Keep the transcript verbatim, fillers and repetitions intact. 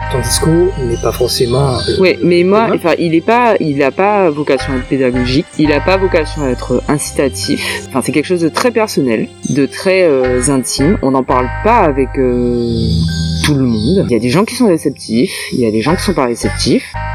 ton discours n'est pas forcément... Euh, oui, mais moi, enfin, il est pas, il a pas vocation à être pédagogique, il a pas vocation à être incitatif. Enfin, c'est quelque chose de très personnel, de très euh, intime. On n'en parle pas avec euh, tout le monde. Il y a des gens qui sont réceptifs, il y a des gens qui sont pas réceptifs.